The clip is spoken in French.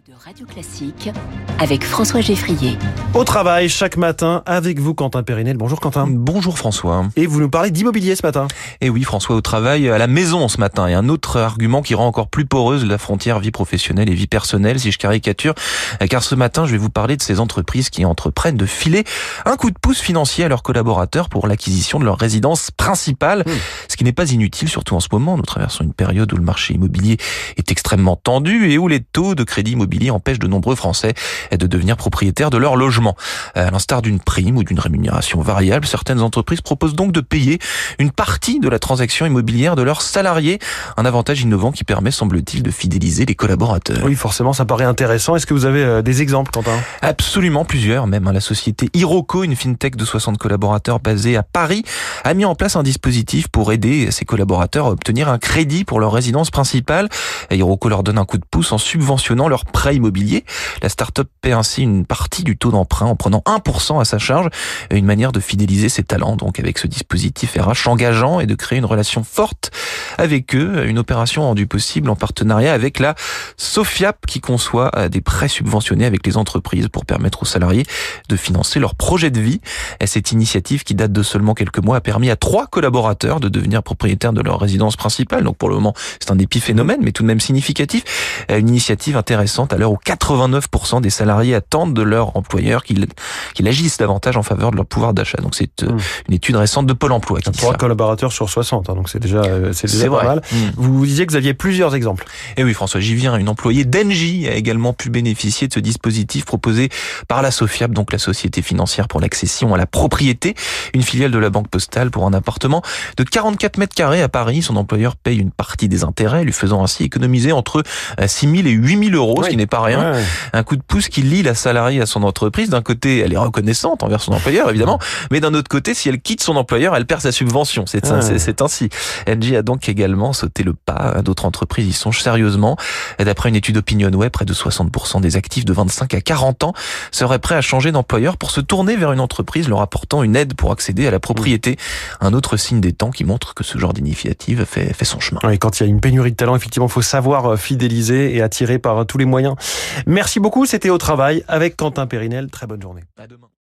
De Radio Classique avec François Geffrier. Au travail chaque matin avec vous Quentin Périnel. Bonjour Quentin. Bonjour François. Et vous nous parlez d'immobilier ce matin. Et oui François, au travail à la maison ce matin. Et un autre argument qui rend encore plus poreuse la frontière vie professionnelle et vie personnelle, si je caricature. Car ce matin je vais vous parler de ces entreprises qui entreprennent de filer un coup de pouce financier à leurs collaborateurs pour l'acquisition de leur résidence principale. Ce qui n'est pas inutile, surtout en ce moment. Nous traversons une période où le marché immobilier est extrêmement tendu et où les taux de crédit immobilier empêche de nombreux Français de devenir propriétaires de leur logement. À l'instar d'une prime ou d'une rémunération variable, certaines entreprises proposent donc de payer une partie de la transaction immobilière de leurs salariés. Un avantage innovant qui permet, semble-t-il, de fidéliser les collaborateurs. Oui, forcément, ça paraît intéressant. Est-ce que vous avez des exemples, Quentin ? Absolument, plusieurs même. La société Iroko, une fintech de 60 collaborateurs basée à Paris, a mis en place un dispositif pour aider ses collaborateurs à obtenir un crédit pour leur résidence principale. Iroko leur donne un coup de pouce en subventionnant leur prêt immobilier. La start-up paie ainsi une partie du taux d'emprunt en prenant 1% à sa charge. Une manière de fidéliser ses talents, donc avec ce dispositif RH engageant et de créer une relation forte avec eux. Une opération rendue possible en partenariat avec la Sofiap qui conçoit des prêts subventionnés avec les entreprises pour permettre aux salariés de financer leur projet de vie. Et cette initiative qui date de seulement quelques mois a permis à 3 collaborateurs de devenir propriétaires de leur résidence principale. Donc pour le moment, c'est un épiphénomène, mais tout de même significatif. Une initiative intéressante à l'heure où 89% des salariés attendent de leur employeur qu'il agisse davantage en faveur de leur pouvoir d'achat. Donc c'est une étude récente de Pôle emploi qui dit 3 ça. collaborateurs sur 60, donc c'est déjà pas vrai. mal. Vous disiez que vous aviez plusieurs exemples. Et oui François, j'y viens. Une employée d'Engie a également pu bénéficier de ce dispositif proposé par la Sofiap, donc la société financière pour l'accession à la propriété, une filiale de la Banque Postale pour un appartement de 44 mètres carrés à Paris. Son employeur paye une partie des intérêts, lui faisant ainsi économiser entre 6 000 et 8 000 euros, ce qui n'est pas rien. Ouais. Un coup de pouce qui lie la salariée à son entreprise. D'un côté, elle est reconnaissante envers son employeur, évidemment, mais d'un autre côté, si elle quitte son employeur, elle perd sa subvention. C'est ainsi. Engie a donc également sauté le pas. D'autres entreprises y songent sérieusement. D'après une étude OpinionWay, près de 60% des actifs de 25 à 40 ans seraient prêts à changer d'employeur pour se tourner vers une entreprise leur apportant une aide pour accéder à la propriété. Un autre signe des temps qui montre que ce genre d'initiative fait son chemin. Oui, quand il y a une pénurie de talent, effectivement, il faut savoir fidéliser et attirer par tous les moyens. Merci beaucoup, c'était Au travail avec Quentin Périnel. Très bonne journée. À demain.